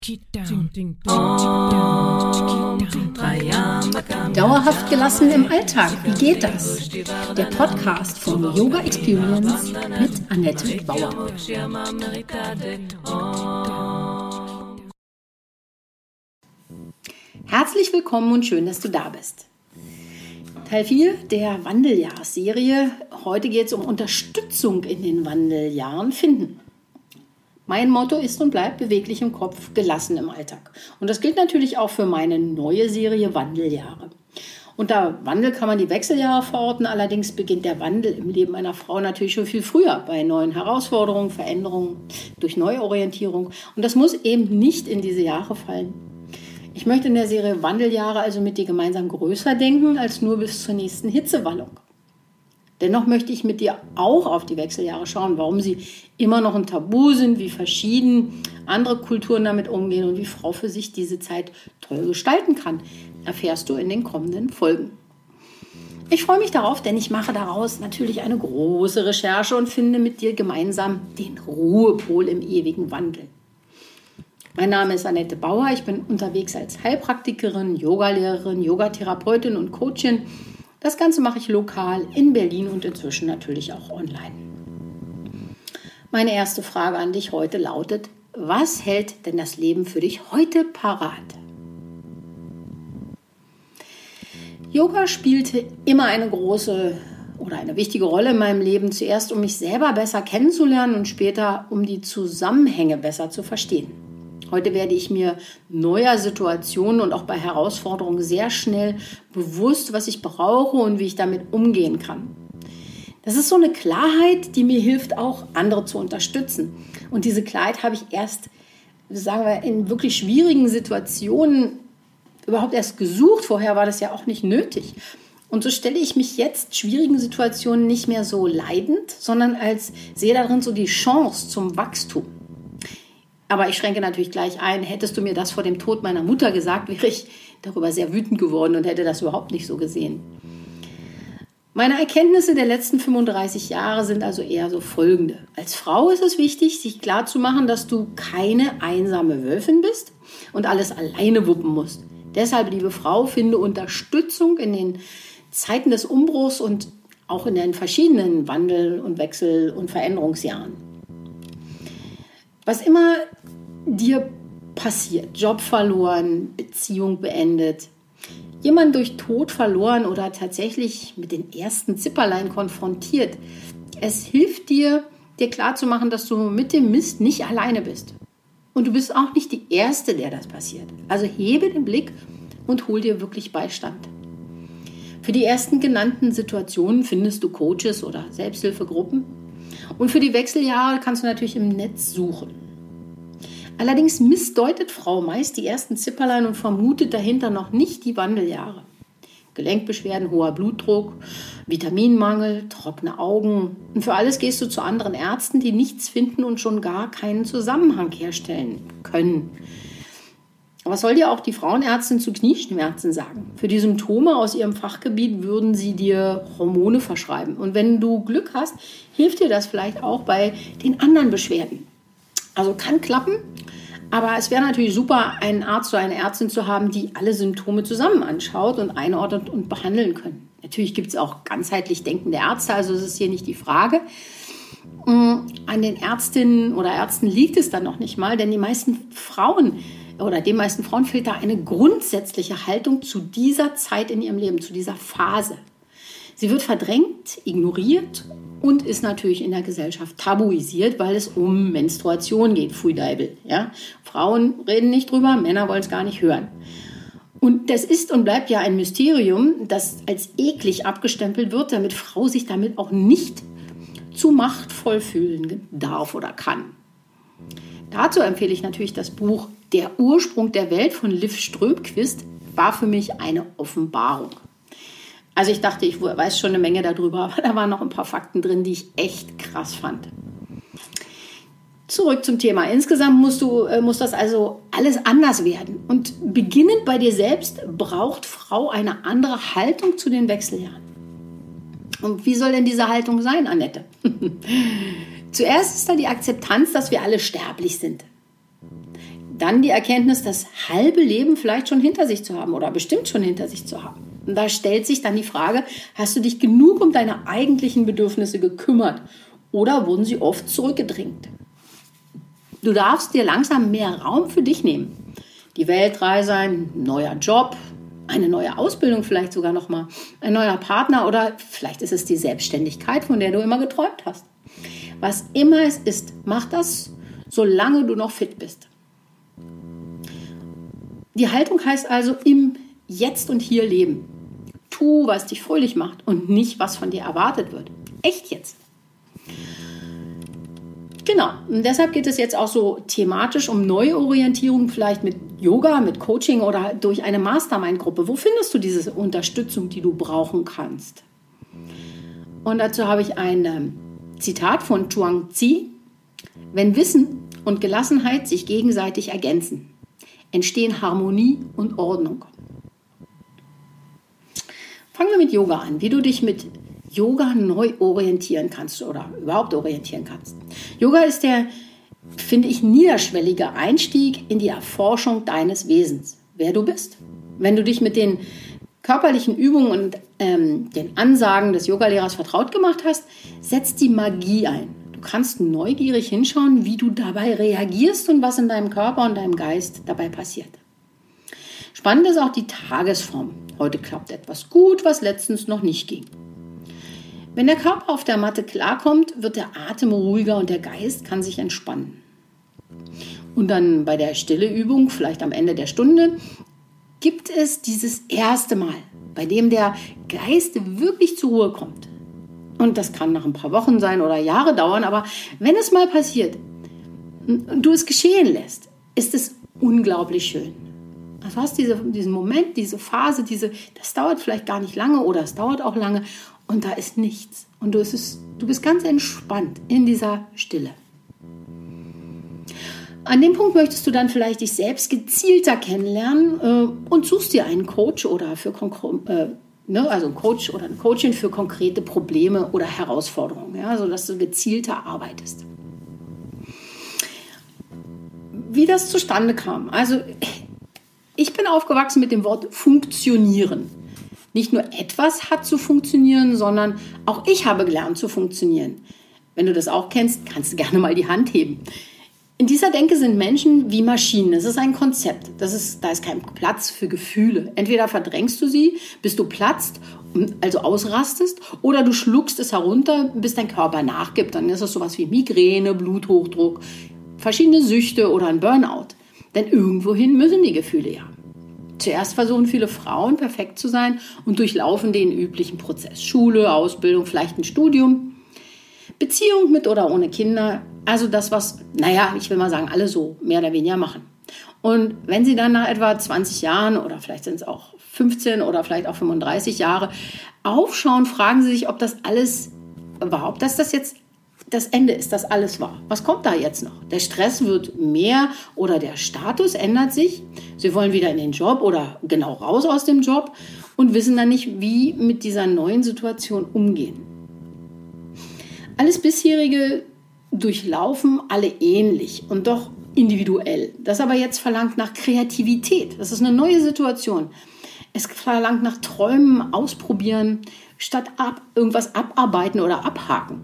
Dauerhaft gelassen im Alltag, wie geht das? Der Podcast von Yoga Experience mit Annette Bauer. Herzlich willkommen und schön, dass du da bist. Teil 4 der Wandeljahrsserie. Heute geht es um Unterstützung in den Wandeljahren finden. Mein Motto ist und bleibt beweglich im Kopf, gelassen im Alltag. Und das gilt natürlich auch für meine neue Serie Wandeljahre. Unter Wandel kann man die Wechseljahre verorten, allerdings beginnt der Wandel im Leben einer Frau natürlich schon viel früher, bei neuen Herausforderungen, Veränderungen, durch Neuorientierung. Und das muss eben nicht in diese Jahre fallen. Ich möchte in der Serie Wandeljahre also mit dir gemeinsam größer denken, als nur bis zur nächsten Hitzewallung. Dennoch möchte ich mit dir auch auf die Wechseljahre schauen, warum sie immer noch ein Tabu sind, wie verschieden andere Kulturen damit umgehen und wie Frau für sich diese Zeit toll gestalten kann, erfährst du in den kommenden Folgen. Ich freue mich darauf, denn ich mache daraus natürlich eine große Recherche und finde mit dir gemeinsam den Ruhepol im ewigen Wandel. Mein Name ist Annette Bauer, ich bin unterwegs als Heilpraktikerin, Yogalehrerin, Yogatherapeutin und Coachin. Das Ganze mache ich lokal in Berlin und inzwischen natürlich auch online. Meine erste Frage an dich heute lautet: Was hält denn das Leben für dich heute parat? Yoga spielte immer eine große oder eine wichtige Rolle in meinem Leben. Zuerst, um mich selber besser kennenzulernen und später, um die Zusammenhänge besser zu verstehen. Heute werde ich mir neuer Situationen und auch bei Herausforderungen sehr schnell bewusst, was ich brauche und wie ich damit umgehen kann. Das ist so eine Klarheit, die mir hilft, auch andere zu unterstützen. Und diese Klarheit habe ich erst, sagen wir, in wirklich schwierigen Situationen überhaupt erst gesucht. Vorher war das ja auch nicht nötig. Und so stelle ich mich jetzt schwierigen Situationen nicht mehr so leidend, sondern sehe darin so die Chance zum Wachstum. Aber ich schränke natürlich gleich ein, hättest du mir das vor dem Tod meiner Mutter gesagt, wäre ich darüber sehr wütend geworden und hätte das überhaupt nicht so gesehen. Meine Erkenntnisse der letzten 35 Jahre sind also eher so folgende. Als Frau ist es wichtig, sich klarzumachen, dass du keine einsame Wölfin bist und alles alleine wuppen musst. Deshalb, liebe Frau, finde Unterstützung in den Zeiten des Umbruchs und auch in den verschiedenen Wandel- und Wechsel- und Veränderungsjahren. Was immer dir passiert, Job verloren, Beziehung beendet, jemand durch Tod verloren oder tatsächlich mit den ersten Zipperlein konfrontiert, es hilft dir klarzumachen, dass du mit dem Mist nicht alleine bist. Und du bist auch nicht die Erste, der das passiert. Also hebe den Blick und hol dir wirklich Beistand. Für die ersten genannten Situationen findest du Coaches oder Selbsthilfegruppen. Und für die Wechseljahre kannst du natürlich im Netz suchen. Allerdings missdeutet Frau meist die ersten Zipperlein und vermutet dahinter noch nicht die Wandeljahre. Gelenkbeschwerden, hoher Blutdruck, Vitaminmangel, trockene Augen. Und für alles gehst du zu anderen Ärzten, die nichts finden und schon gar keinen Zusammenhang herstellen können. Was soll dir auch die Frauenärztin zu Knieschmerzen sagen? Für die Symptome aus ihrem Fachgebiet würden sie dir Hormone verschreiben. Und wenn du Glück hast, hilft dir das vielleicht auch bei den anderen Beschwerden. Also kann klappen, aber es wäre natürlich super, einen Arzt oder eine Ärztin zu haben, die alle Symptome zusammen anschaut und einordnet und behandeln können. Natürlich gibt es auch ganzheitlich denkende Ärzte, also das ist hier nicht die Frage. An den Ärztinnen oder Ärzten liegt es dann noch nicht mal, denn den meisten Frauen fehlt da eine grundsätzliche Haltung zu dieser Zeit in ihrem Leben, zu dieser Phase. Sie wird verdrängt, ignoriert und ist natürlich in der Gesellschaft tabuisiert, weil es um Menstruation geht, Pfui Deibel. Ja? Frauen reden nicht drüber, Männer wollen es gar nicht hören. Und das ist und bleibt ja ein Mysterium, das als eklig abgestempelt wird, damit Frau sich damit auch nicht zu machtvoll fühlen darf oder kann. Dazu empfehle ich natürlich das Buch Der Ursprung der Welt von Liv Strömquist, war für mich eine Offenbarung. Also ich dachte, ich weiß schon eine Menge darüber, aber da waren noch ein paar Fakten drin, die ich echt krass fand. Zurück zum Thema. Insgesamt muss das also alles anders werden. Und beginnend bei dir selbst braucht Frau eine andere Haltung zu den Wechseljahren. Und wie soll denn diese Haltung sein, Annette? Zuerst ist da die Akzeptanz, dass wir alle sterblich sind. dann die Erkenntnis, das halbe Leben vielleicht schon hinter sich zu haben oder bestimmt schon hinter sich zu haben. Und da stellt sich dann die Frage, hast du dich genug um deine eigentlichen Bedürfnisse gekümmert oder wurden sie oft zurückgedrängt? Du darfst dir langsam mehr Raum für dich nehmen. Die Weltreise, ein neuer Job, eine neue Ausbildung vielleicht sogar nochmal, ein neuer Partner oder vielleicht ist es die Selbstständigkeit, von der du immer geträumt hast. Was immer es ist, mach das, solange du noch fit bist. Die Haltung heißt also im Jetzt und Hier leben. Tu, was dich fröhlich macht und nicht, was von dir erwartet wird. Echt jetzt. Genau, und deshalb geht es jetzt auch so thematisch um Neuorientierung, vielleicht mit Yoga, mit Coaching oder durch eine Mastermind-Gruppe. Wo findest du diese Unterstützung, die du brauchen kannst? Und dazu habe ich ein Zitat von Zhuangzi. Wenn Wissen und Gelassenheit sich gegenseitig ergänzen, entstehen Harmonie und Ordnung. Fangen wir mit Yoga an, wie du dich mit Yoga neu orientieren kannst oder überhaupt orientieren kannst. Yoga ist der, finde ich, niederschwellige Einstieg in die Erforschung deines Wesens, wer du bist. Wenn du dich mit den körperlichen Übungen und den Ansagen des Yogalehrers vertraut gemacht hast, setzt die Magie ein. Du kannst neugierig hinschauen, wie du dabei reagierst und was in deinem Körper und deinem Geist dabei passiert. Spannend ist auch die Tagesform. Heute klappt etwas gut, was letztens noch nicht ging. Wenn der Körper auf der Matte klarkommt, wird der Atem ruhiger und der Geist kann sich entspannen. Und dann bei der Stilleübung, vielleicht am Ende der Stunde, gibt es dieses erste Mal, bei dem der Geist wirklich zur Ruhe kommt. Und das kann nach ein paar Wochen sein oder Jahre dauern, aber wenn es mal passiert und du es geschehen lässt, ist es unglaublich schön. Also du hast diesen Moment, diese Phase, das dauert vielleicht gar nicht lange oder es dauert auch lange und da ist nichts. Und du bist ganz entspannt in dieser Stille. An dem Punkt möchtest du dann vielleicht dich selbst gezielter kennenlernen und suchst dir einen Coach oder einen Coach oder eine Coachin für konkrete Probleme oder Herausforderungen, ja, sodass du gezielter arbeitest. Wie das zustande kam, also ich bin aufgewachsen mit dem Wort funktionieren. Nicht nur etwas hat zu funktionieren, sondern auch ich habe gelernt zu funktionieren. Wenn du das auch kennst, kannst du gerne mal die Hand heben. In dieser Denke sind Menschen wie Maschinen. Es ist ein Konzept. Da ist kein Platz für Gefühle. Entweder verdrängst du sie, bis du platzt, also ausrastest, oder du schluckst es herunter, bis dein Körper nachgibt. Dann ist es sowas wie Migräne, Bluthochdruck, verschiedene Süchte oder ein Burnout. Denn irgendwohin müssen die Gefühle ja. Zuerst versuchen viele Frauen perfekt zu sein und durchlaufen den üblichen Prozess. Schule, Ausbildung, vielleicht ein Studium, Beziehung mit oder ohne Kinder. Also das, was, ich will mal sagen, alle so mehr oder weniger machen. Und wenn sie dann nach etwa 20 Jahren oder vielleicht sind es auch 15 oder vielleicht auch 35 Jahre aufschauen, fragen sie sich, ob das alles war, ob das jetzt das Ende ist, das alles war. Was kommt da jetzt noch? Der Stress wird mehr oder der Status ändert sich. Sie wollen wieder in den Job oder genau raus aus dem Job und wissen dann nicht, wie mit dieser neuen Situation umgehen. Alles bisherige durchlaufen alle ähnlich und doch individuell. Das aber jetzt verlangt nach Kreativität. Das ist eine neue Situation. Es verlangt nach Träumen, Ausprobieren, statt irgendwas abarbeiten oder abhaken.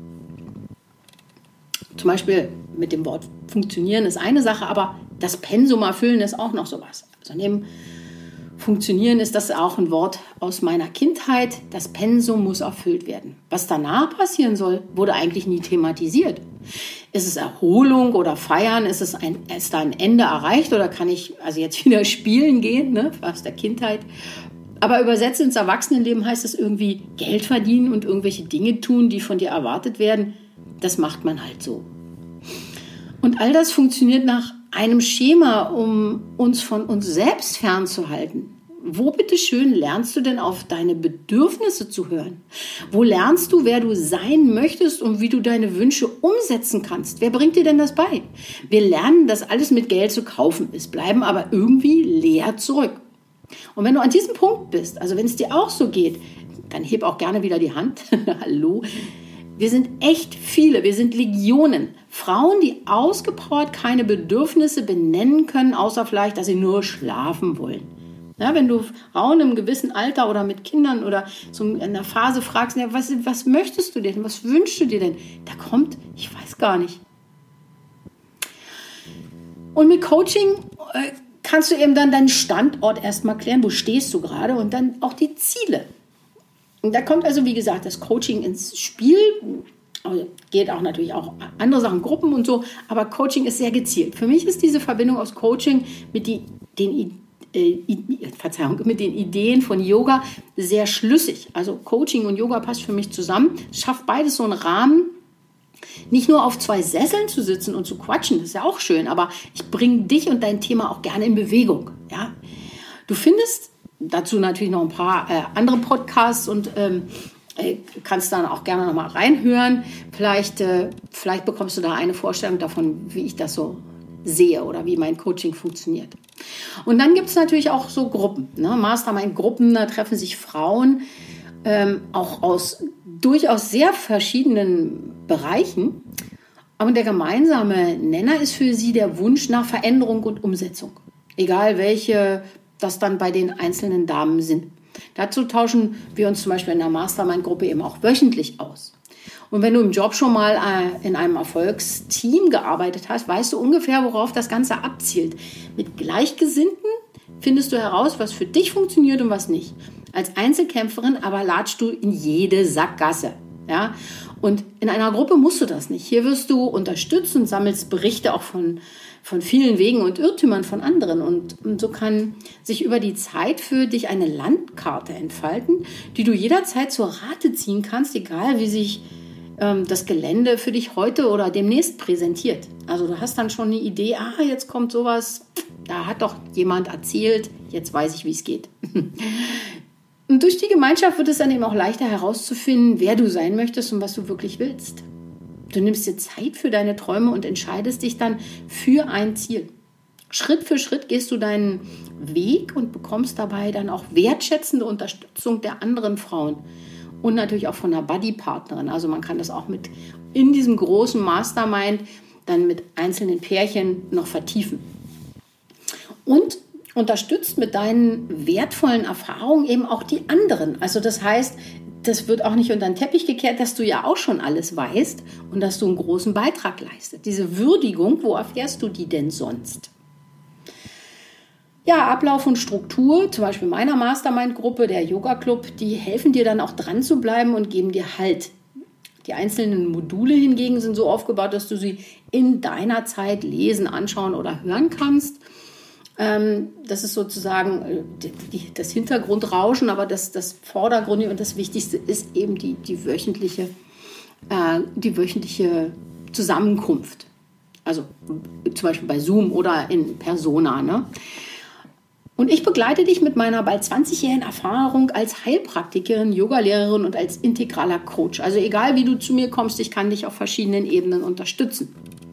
Zum Beispiel mit dem Wort funktionieren ist eine Sache, aber das Pensum erfüllen ist auch noch sowas. Also neben funktionieren ist das auch ein Wort aus meiner Kindheit. Das Pensum muss erfüllt werden. Was danach passieren soll, wurde eigentlich nie thematisiert. Ist es Erholung oder Feiern? Ist da ein Ende erreicht oder kann ich also jetzt wieder spielen gehen, aus der Kindheit? Aber übersetzt ins Erwachsenenleben heißt es irgendwie Geld verdienen und irgendwelche Dinge tun, die von dir erwartet werden. Das macht man halt so. Und all das funktioniert nach einem Schema, um uns von uns selbst fernzuhalten. Wo bitteschön lernst du denn auf deine Bedürfnisse zu hören? Wo lernst du, wer du sein möchtest und wie du deine Wünsche umsetzen kannst? Wer bringt dir denn das bei? Wir lernen, dass alles mit Geld zu kaufen ist, bleiben aber irgendwie leer zurück. Und wenn du an diesem Punkt bist, also wenn es dir auch so geht, dann heb auch gerne wieder die Hand. Hallo. Wir sind echt viele, wir sind Legionen. Frauen, die ausgepowert keine Bedürfnisse benennen können, außer vielleicht, dass sie nur schlafen wollen. Ja, wenn du Frauen im gewissen Alter oder mit Kindern oder so in einer Phase fragst, ja, was möchtest du denn, was wünschst du dir denn? Da kommt, ich weiß gar nicht. Und mit Coaching kannst du eben dann deinen Standort erstmal klären, wo stehst du gerade und dann auch die Ziele. Und da kommt also, wie gesagt, das Coaching ins Spiel. Also geht auch natürlich auch andere Sachen, Gruppen und so, aber Coaching ist sehr gezielt. Für mich ist diese Verbindung aus Coaching mit den Ideen von Yoga sehr schlüssig. Also Coaching und Yoga passt für mich zusammen. Es schafft beides so einen Rahmen, nicht nur auf 2 Sesseln zu sitzen und zu quatschen, das ist ja auch schön, aber ich bringe dich und dein Thema auch gerne in Bewegung. Ja? Du findest dazu natürlich noch ein paar andere Podcasts und kannst dann auch gerne noch mal reinhören. Vielleicht bekommst du da eine Vorstellung davon, wie ich das so sehe oder wie mein Coaching funktioniert. Und dann gibt es natürlich auch so Gruppen, ne? Mastermind-Gruppen, da treffen sich Frauen auch aus durchaus sehr verschiedenen Bereichen. Aber der gemeinsame Nenner ist für sie der Wunsch nach Veränderung und Umsetzung. Egal welche das dann bei den einzelnen Damen sind. Dazu tauschen wir uns zum Beispiel in der Mastermind-Gruppe eben auch wöchentlich aus. Und wenn du im Job schon mal in einem Erfolgsteam gearbeitet hast, weißt du ungefähr, worauf das Ganze abzielt. Mit Gleichgesinnten findest du heraus, was für dich funktioniert und was nicht. Als Einzelkämpferin aber latschst du in jede Sackgasse. Ja? Und in einer Gruppe musst du das nicht. Hier wirst du unterstützt und sammelst Berichte auch von vielen Wegen und Irrtümern von anderen. Und so kann sich über die Zeit für dich eine Landkarte entfalten, die du jederzeit zur Rate ziehen kannst, egal wie sich das Gelände für dich heute oder demnächst präsentiert. Also du hast dann schon eine Idee, jetzt kommt sowas, da hat doch jemand erzählt, jetzt weiß ich, wie es geht. Und durch die Gemeinschaft wird es dann eben auch leichter herauszufinden, wer du sein möchtest und was du wirklich willst. Du nimmst dir Zeit für deine Träume und entscheidest dich dann für ein Ziel. Schritt für Schritt gehst du deinen Weg und bekommst dabei dann auch wertschätzende Unterstützung der anderen Frauen und natürlich auch von einer Buddy-Partnerin. Also man kann das auch mit in diesem großen Mastermind dann mit einzelnen Pärchen noch vertiefen. Und unterstützt mit deinen wertvollen Erfahrungen eben auch die anderen. Also das heißt, das wird auch nicht unter den Teppich gekehrt, dass du ja auch schon alles weißt und dass du einen großen Beitrag leistest. Diese Würdigung, wo erfährst du die denn sonst? Ja, Ablauf und Struktur, zum Beispiel meiner Mastermind-Gruppe, der Yoga-Club, die helfen dir dann auch dran zu bleiben und geben dir Halt. Die einzelnen Module hingegen sind so aufgebaut, dass du sie in deiner Zeit lesen, anschauen oder hören kannst. Das ist sozusagen das Hintergrundrauschen, aber das Vordergründige und das Wichtigste ist eben die wöchentliche Zusammenkunft. Also zum Beispiel bei Zoom oder in Persona. Ne? Und ich begleite dich mit meiner bald 20-jährigen Erfahrung als Heilpraktikerin, Yogalehrerin und als integraler Coach. Also egal, wie du zu mir kommst, ich kann dich auf verschiedenen Ebenen unterstützen.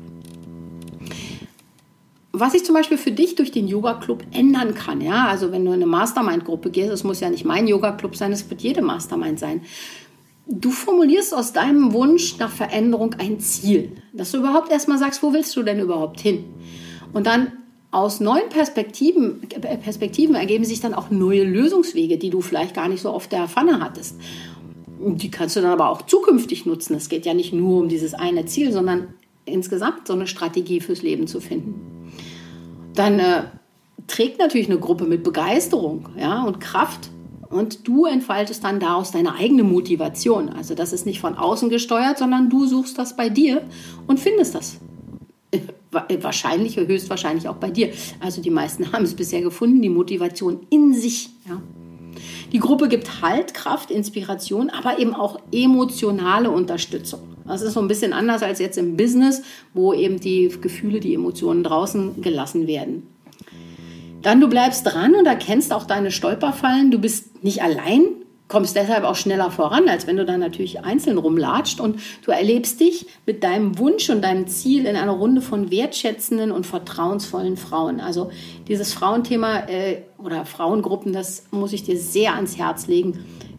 Was ich zum Beispiel für dich durch den Yoga-Club ändern kann, ja, also wenn du in eine Mastermind-Gruppe gehst, es muss ja nicht mein Yoga-Club sein, es wird jede Mastermind sein. Du formulierst aus deinem Wunsch nach Veränderung ein Ziel, dass du überhaupt erstmal sagst, wo willst du denn überhaupt hin? Und dann aus neuen Perspektiven ergeben sich dann auch neue Lösungswege, die du vielleicht gar nicht so auf der Pfanne hattest. Die kannst du dann aber auch zukünftig nutzen. Es geht ja nicht nur um dieses eine Ziel, sondern insgesamt so eine Strategie fürs Leben zu finden. Dann trägt natürlich eine Gruppe mit Begeisterung, ja, und Kraft und du entfaltest dann daraus deine eigene Motivation. Also das ist nicht von außen gesteuert, sondern du suchst das bei dir und findest das. Höchstwahrscheinlich auch bei dir. Also die meisten haben es bisher gefunden, die Motivation in sich. Ja. Die Gruppe gibt Halt, Kraft, Inspiration, aber eben auch emotionale Unterstützung. Das ist so ein bisschen anders als jetzt im Business, wo eben die Gefühle, die Emotionen draußen gelassen werden. Dann du bleibst dran und erkennst auch deine Stolperfallen. Du bist nicht allein, kommst deshalb auch schneller voran, als wenn du dann natürlich einzeln rumlatscht. Und du erlebst dich mit deinem Wunsch und deinem Ziel in einer Runde von wertschätzenden und vertrauensvollen Frauen. Also dieses Frauenthema oder Frauengruppen, das muss ich dir sehr ans Herz legen.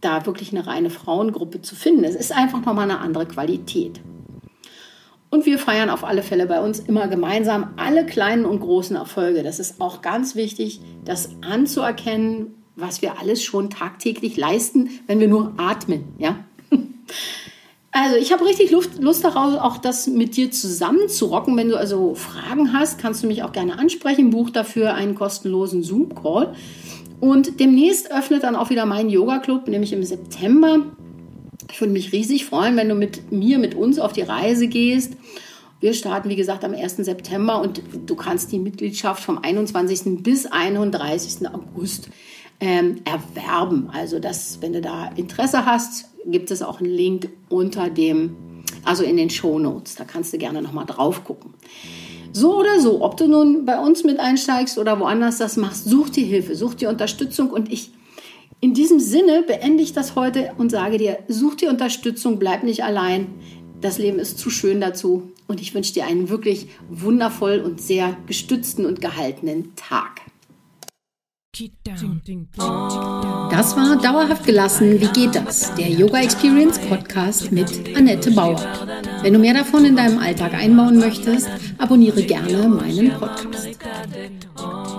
da wirklich eine reine Frauengruppe zu finden. Es ist einfach nochmal eine andere Qualität. Und wir feiern auf alle Fälle bei uns immer gemeinsam alle kleinen und großen Erfolge. Das ist auch ganz wichtig, das anzuerkennen, was wir alles schon tagtäglich leisten, wenn wir nur atmen. Ja? Also ich habe richtig Lust darauf, auch das mit dir zusammen zu rocken. Wenn du also Fragen hast, kannst du mich auch gerne ansprechen. Buch dafür einen kostenlosen Zoom-Call. Und demnächst öffnet dann auch wieder mein Yoga-Club, nämlich im September. Ich würde mich riesig freuen, wenn du mit uns auf die Reise gehst. Wir starten, wie gesagt, am 1. September und du kannst die Mitgliedschaft vom 21. bis 31. August erwerben. Also wenn du da Interesse hast, gibt es auch einen Link in den Shownotes. Da kannst du gerne nochmal drauf gucken. So oder so, ob du nun bei uns mit einsteigst oder woanders das machst, such dir Hilfe, such dir Unterstützung und in diesem Sinne beende ich das heute und sage dir, such dir Unterstützung, bleib nicht allein. Das Leben ist zu schön dazu und ich wünsche dir einen wirklich wundervoll und sehr gestützten und gehaltenen Tag. Das war Dauerhaft gelassen, wie geht das? Der Yoga Experience Podcast mit Annette Bauer. Wenn du mehr davon in deinem Alltag einbauen möchtest, abonniere gerne meinen Podcast.